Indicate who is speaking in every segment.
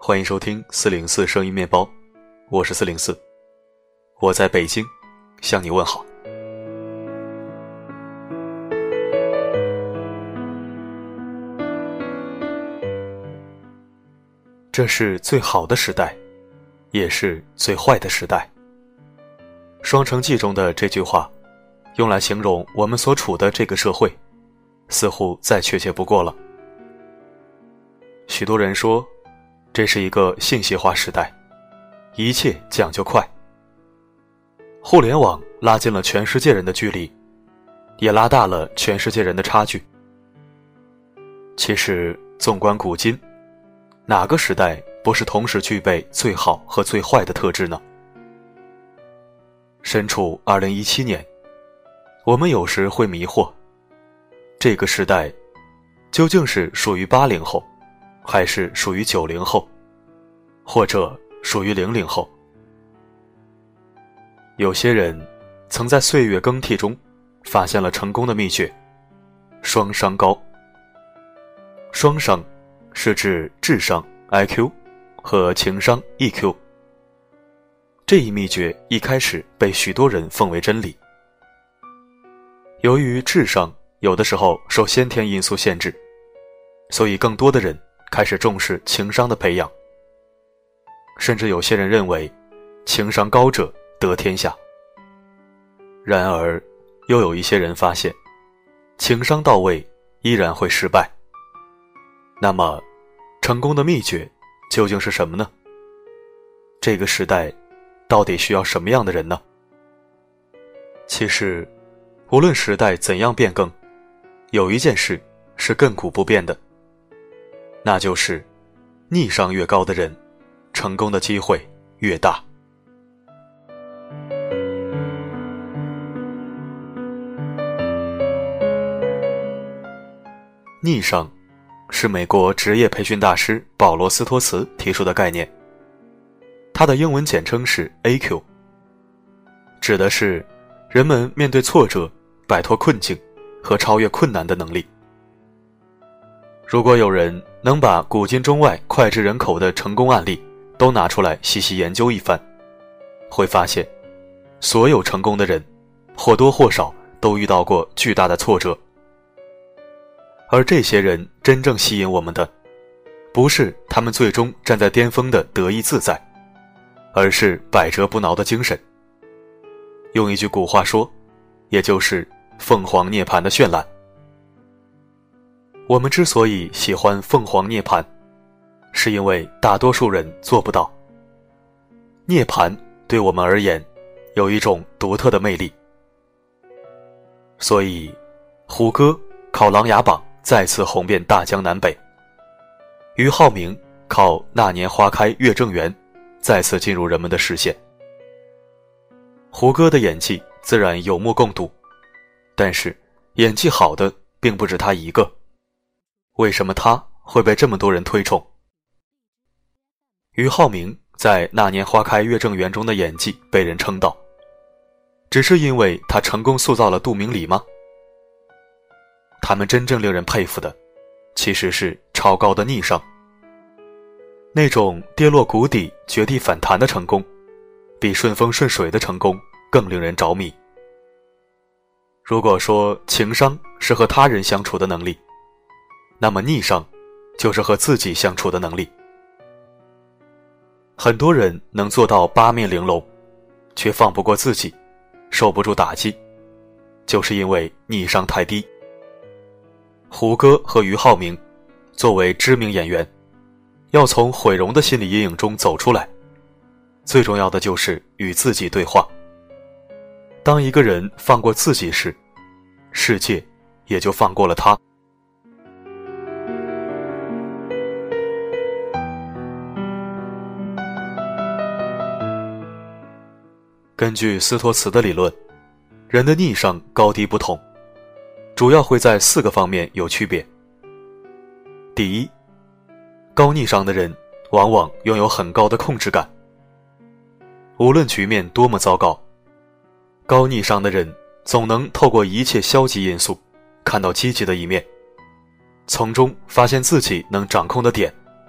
Speaker 1: 欢迎收听404声音面包，我是404，我在北京向你问好。这是最好的时代，也是最坏的时代。双城记中的这句话，用来形容我们所处的这个社会，似乎再确切不过了。许多人说，这是一个信息化时代，一切讲究快。互联网拉近了全世界人的距离，也拉大了全世界人的差距。其实，纵观古今，哪个时代不是同时具备最好和最坏的特质呢？身处2017年，我们有时会迷惑，这个时代究竟是属于80后，还是属于90后，或者属于00后？有些人曾在岁月更替中发现了成功的秘诀，双商高。双商是指智商 IQ 和情商 EQ。这一秘诀一开始被许多人奉为真理。由于智商有的时候受先天因素限制，所以更多的人开始重视情商的培养。甚至有些人认为情商高者得天下。然而又有一些人发现情商到位依然会失败。那么成功的秘诀究竟是什么呢？这个时代到底需要什么样的人呢？其实无论时代怎样变更，有一件事是亘古不变的，那就是逆商越高的人，成功的机会越大。逆商是美国职业培训大师保罗·斯托茨提出的概念，它的英文简称是 AQ， 指的是人们面对挫折、摆脱困境和超越困难的能力。如果有人能把古今中外脍炙人口的成功案例都拿出来细细研究一番，会发现所有成功的人或多或少都遇到过巨大的挫折。而这些人真正吸引我们的，不是他们最终站在巅峰的得意自在，而是百折不挠的精神。用一句古话说，也就是凤凰涅槃的绚烂。我们之所以喜欢凤凰涅槃，是因为大多数人做不到。涅槃对我们而言有一种独特的魅力。所以胡歌靠琅琊榜再次红遍大江南北，俞灏明靠那年花开月正圆再次进入人们的视线。胡歌的演技自然有目共睹，但是演技好的并不止他一个。为什么他会被这么多人推崇？俞灏明在那年花开月正圆中的演技被人称道，只是因为他成功塑造了杜明礼吗？他们真正令人佩服的其实是超高的逆商。那种跌落谷底绝地反弹的成功，比顺风顺水的成功更令人着迷。如果说情商是和他人相处的能力，那么逆商就是和自己相处的能力。很多人能做到八面玲珑，却放不过自己，受不住打击，就是因为逆商太低。胡歌和俞灏明作为知名演员，要从毁容的心理阴影中走出来，最重要的就是与自己对话。当一个人放过自己时，世界也就放过了他。根据斯托茨的理论，人的逆商高低不同，主要会在4个方面有区别。第一，高逆商的人往往拥有很高的控制感。无论局面多么糟糕，高逆商的人总能透过一切消极因素看到积极的一面，从中发现自己能掌控的点，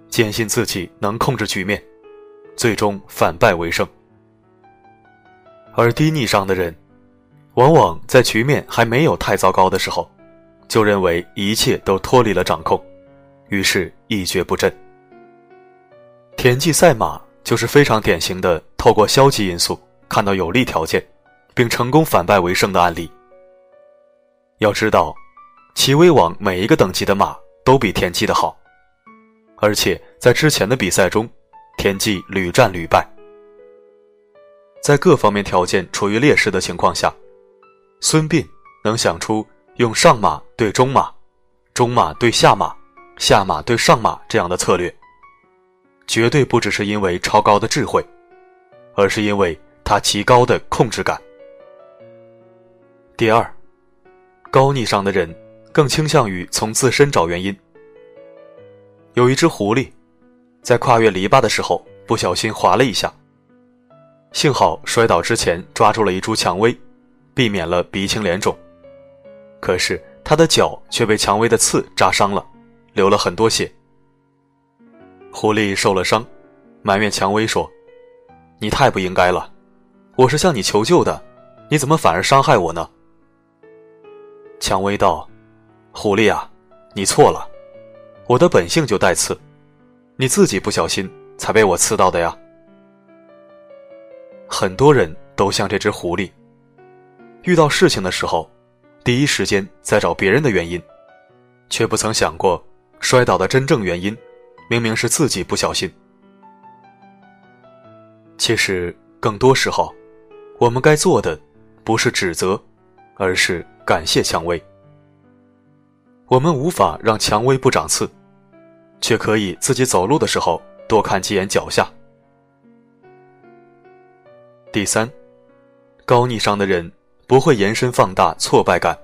Speaker 1: 坚信自己能控制局面，最终反败为胜。而低逆商的人，往往在局面还没有太糟糕的时候，就认为一切都脱离了掌控，于是一蹶不振。田忌赛马就是非常典型的透过消极因素看到有利条件，并成功反败为胜的案例。要知道，齐威王每一个等级的马都比田忌的好，而且在之前的比赛中，田忌屡战屡败。在各方面条件处于劣势的情况下，孙膑能想出用上马对中马、中马对下马、下马对上马这样的策略，绝对不只是因为超高的智慧，而是因为他极高的控制感。第二，高逆商的人更倾向于从自身找原因。有一只狐狸在跨越篱笆的时候不小心滑了一下，幸好摔倒之前抓住了一株蔷薇，避免了鼻青脸肿。可是他的脚却被蔷薇的刺扎伤了，流了很多血。狐狸受了伤，埋怨蔷薇说：“你太不应该了，我是向你求救的，你怎么反而伤害我呢？”蔷薇道：“狐狸啊，你错了，我的本性就带刺，你自己不小心才被我刺到的呀。”很多人都像这只狐狸，遇到事情的时候，第一时间在找别人的原因，却不曾想过摔倒的真正原因明明是自己不小心。其实更多时候，我们该做的不是指责，而是感谢蔷薇。我们无法让蔷薇不长刺，却可以自己走路的时候多看几眼脚下。第三，高逆商的人不会延伸放大挫败感。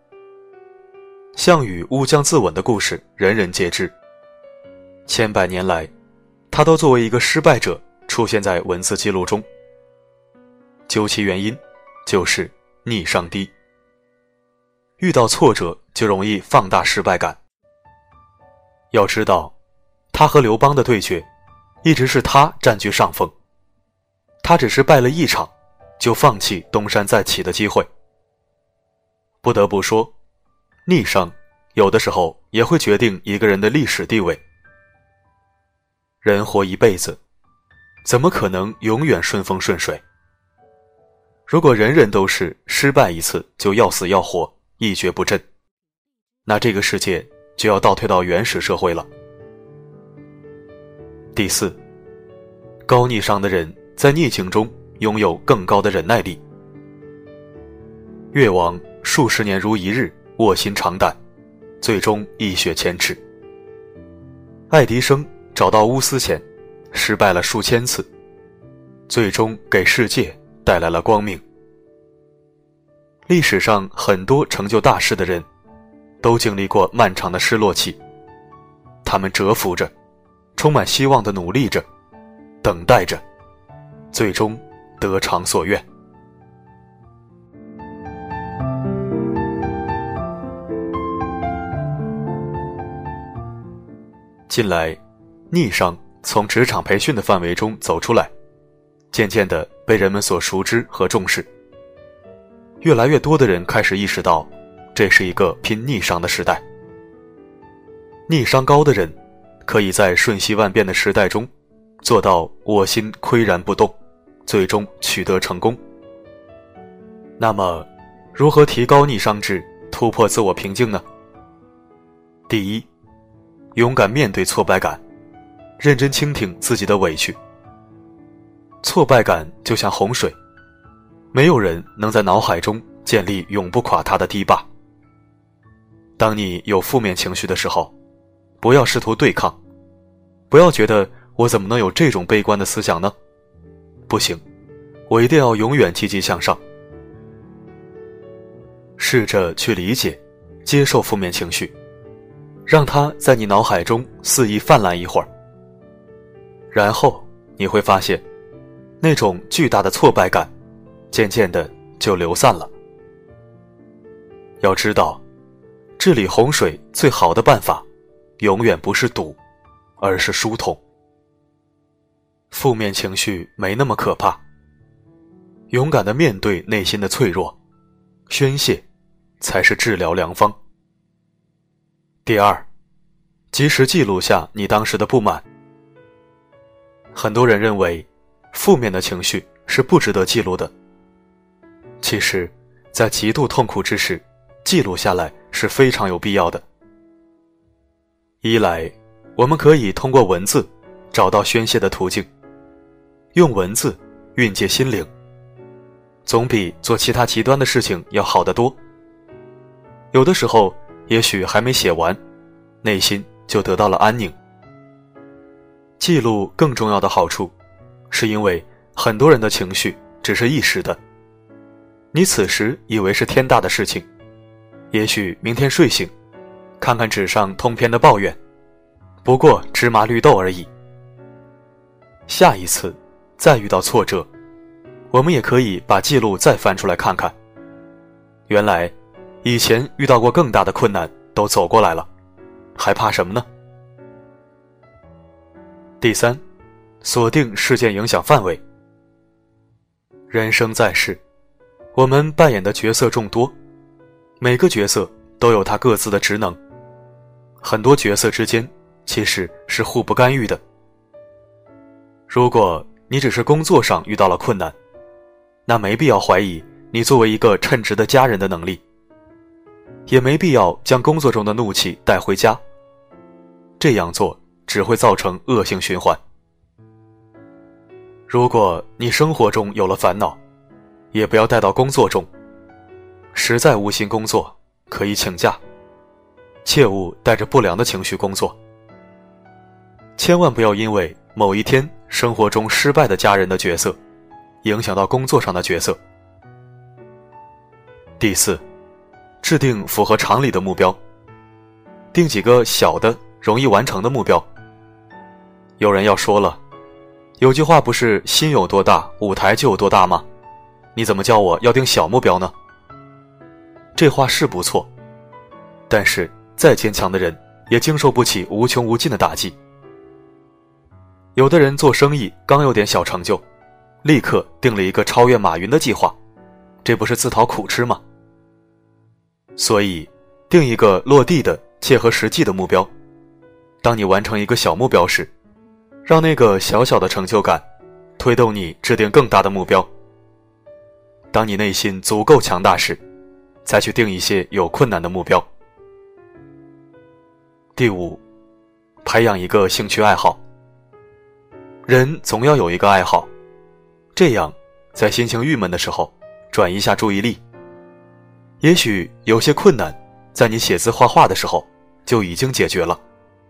Speaker 1: 项羽乌江自刎的故事人人皆知，千百年来，他都作为一个失败者出现在文字记录中。究其原因，就是逆商低。遇到挫折就容易放大失败感。要知道，他和刘邦的对决，一直是他占据上风。他只是败了一场，就放弃东山再起的机会。不得不说，逆商有的时候也会决定一个人的历史地位。人活一辈子，怎么可能永远顺风顺水？如果人人都是失败一次就要死要活，一蹶不振，那这个世界就要倒退到原始社会了。第四，高逆商的人在逆境中拥有更高的忍耐力。越王数十年如一日，卧薪尝胆，最终一雪前耻。爱迪生找到钨丝钱，失败了数千次，最终给世界带来了光明。历史上很多成就大事的人，都经历过漫长的失落期，他们蛰伏着，充满希望地努力着，等待着，最终得偿所愿。近来，逆商从职场培训的范围中走出来，渐渐地被人们所熟知和重视。越来越多的人开始意识到，这是一个拼逆商的时代。逆商高的人，可以在瞬息万变的时代中，做到我心岿然不动，最终取得成功。那么，如何提高逆商值，突破自我瓶颈呢？第一，勇敢面对挫败感，认真倾听自己的委屈。挫败感就像洪水，没有人能在脑海中建立永不垮塌的堤坝。当你有负面情绪的时候，不要试图对抗，不要觉得我怎么能有这种悲观的思想呢？不行，我一定要永远积极向上。试着去理解、接受负面情绪，让它在你脑海中肆意泛滥一会儿，然后你会发现，那种巨大的挫败感渐渐的就流散了。要知道，治理洪水最好的办法永远不是堵， 而是疏通。负面情绪没那么可怕，勇敢地面对内心的脆弱，宣泄才是治疗良方。第二，及时记录下你当时的不满。很多人认为负面的情绪是不值得记录的，其实在极度痛苦之时，记录下来是非常有必要的。一来，我们可以通过文字找到宣泄的途径，用文字蕴藉心灵，总比做其他极端的事情要好得多。有的时候也许还没写完，内心就得到了安宁。记录更重要的好处，是因为很多人的情绪只是一时的，你此时以为是天大的事情，也许明天睡醒看看纸上通篇的抱怨，不过芝麻绿豆而已。下一次再遇到挫折，我们也可以把记录再翻出来看看，原来以前遇到过更大的困难都走过来了，还怕什么呢？第三，锁定事件影响范围。人生在世，我们扮演的角色众多，每个角色都有他各自的职能，很多角色之间其实是互不干预的。如果你只是工作上遇到了困难，那没必要怀疑你作为一个称职的家人的能力，也没必要将工作中的怒气带回家，这样做只会造成恶性循环。如果你生活中有了烦恼，也不要带到工作中，实在无心工作可以请假，切勿带着不良的情绪工作。千万不要因为某一天生活中失败的家人的角色影响到工作上的角色。第四，制定符合常理的目标，定几个小的容易完成的目标。有人要说了，有句话不是心有多大舞台就有多大吗？你怎么叫我要定小目标呢？这话是不错，但是再坚强的人也经受不起无穷无尽的打击。有的人做生意刚有点小成就，立刻定了一个超越马云的计划，这不是自讨苦吃吗？所以定一个落地的切合实际的目标，当你完成一个小目标时，让那个小小的成就感推动你制定更大的目标。当你内心足够强大时，再去定一些有困难的目标。第五，培养一个兴趣爱好。人总要有一个爱好，这样在心情郁闷的时候转移一下注意力。也许有些困难在你写字画画的时候就已经解决了。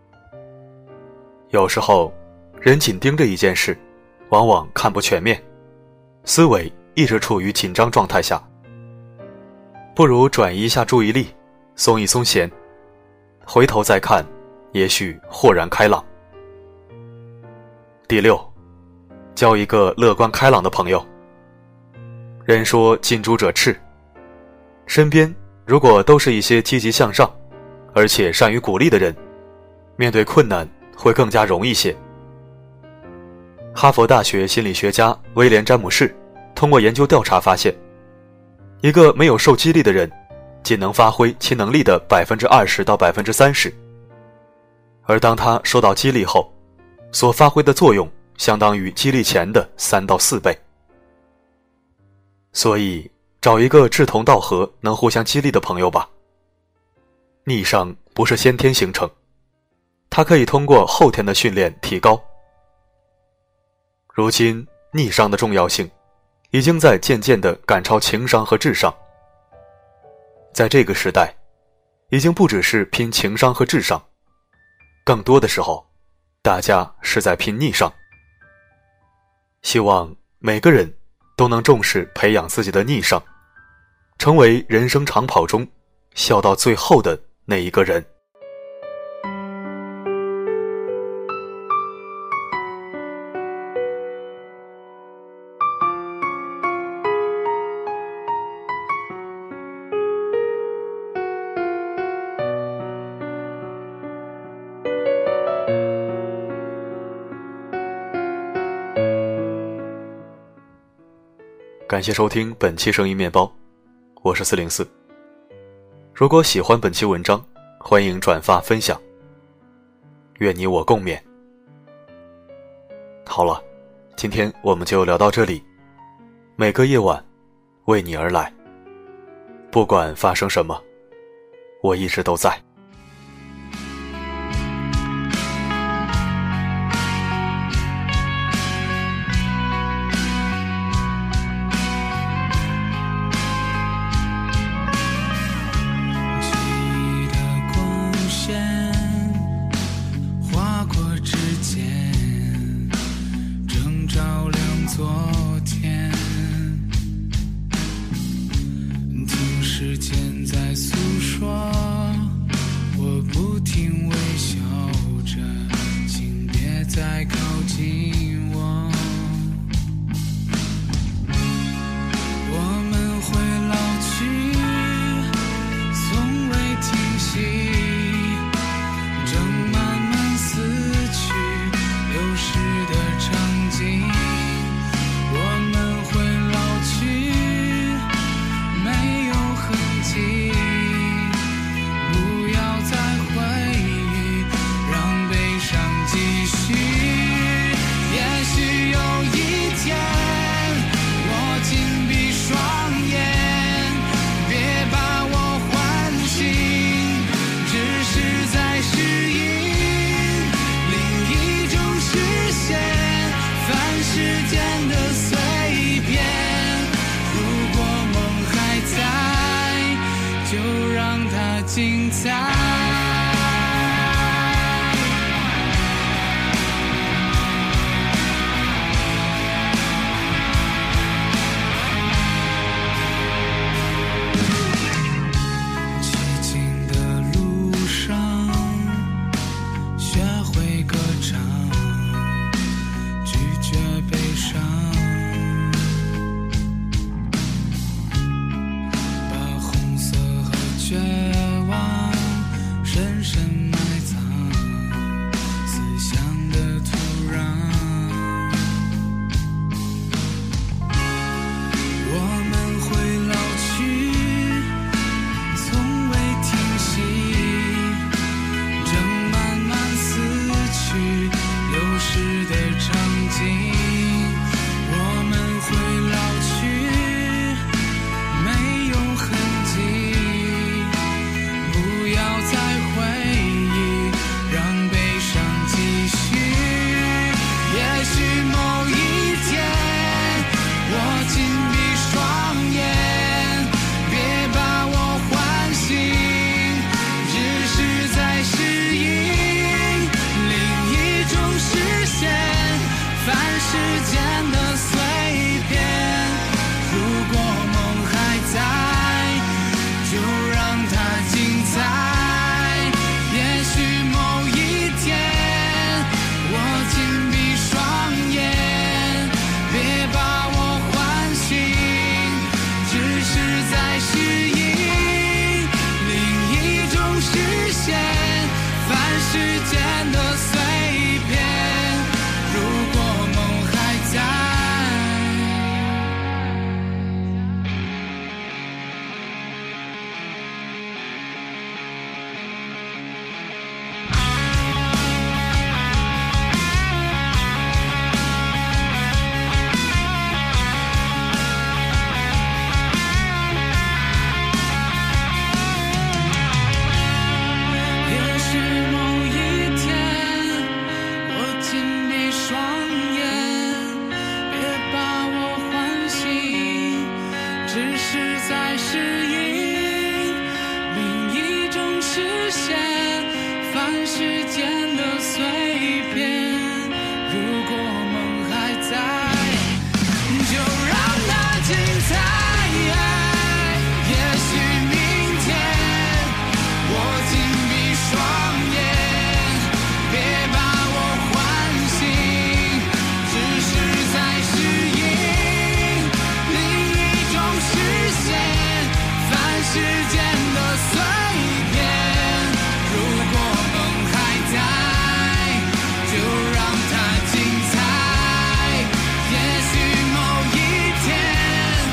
Speaker 1: 有时候人紧盯着一件事，往往看不全面，思维一直处于紧张状态下。不如转移一下注意力，松一松弦，回头再看，也许豁然开朗。第六，交一个乐观开朗的朋友。人说近朱者赤，身边如果都是一些积极向上而且善于鼓励的人，面对困难会更加容易些。哈佛大学心理学家威廉·詹姆士通过研究调查发现，一个没有受激励的人仅能发挥其能力的 20% 到 30%， 而当他受到激励后，所发挥的作用相当于激励前的3到4倍。所以找一个志同道合能互相激励的朋友吧。逆商不是先天形成，它可以通过后天的训练提高。如今逆商的重要性已经在渐渐地赶超情商和智商。在这个时代，已经不只是拼情商和智商，更多的时候大家是在拼逆商。希望每个人都能重视培养自己的逆商，成为人生长跑中笑到最后的那一个人。 感谢收听本期声音面包，我是404。如果喜欢本期文章，欢迎转发分享，愿你我共勉。好了，今天我们就聊到这里。每个夜晚为你而来，不管发生什么，我一直都在。
Speaker 2: 时间在诉说，我不停微笑着，请别再靠近我。我们会老去，从未停息，正慢慢死去，流逝的场景。我们会老去，没有不要再回忆，让悲伤继续。也许有一天我紧闭双眼，别把我唤醒，只是在适应另一种视线，凡世间的碎片。如果梦还在，就让它精彩。寂静的路上，学会歌唱，拒绝悲伤。绝望深深埋藏思想的土壤，我们会老去，从未停息，正慢慢死去，流逝的场景。我们会老去，没有痕迹，不要再回忆，让悲伤继续。也许某一天我紧闭双眼，别把我唤醒，只是在适应另一种视线，凡世间的碎片。如果梦还在，就让它精彩。也许某一天我紧闭双眼，别把我唤醒，只是在适应另一种视线，凡世间的碎片。如果梦还在，在适应另一种视线，凡世间的碎片。如果梦还在，就让它精彩。也许明天我紧闭双眼，别把我唤醒，只是在适应另一种视线，凡世间的碎片。如果梦还在，就让它精彩。也许某一天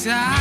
Speaker 2: 在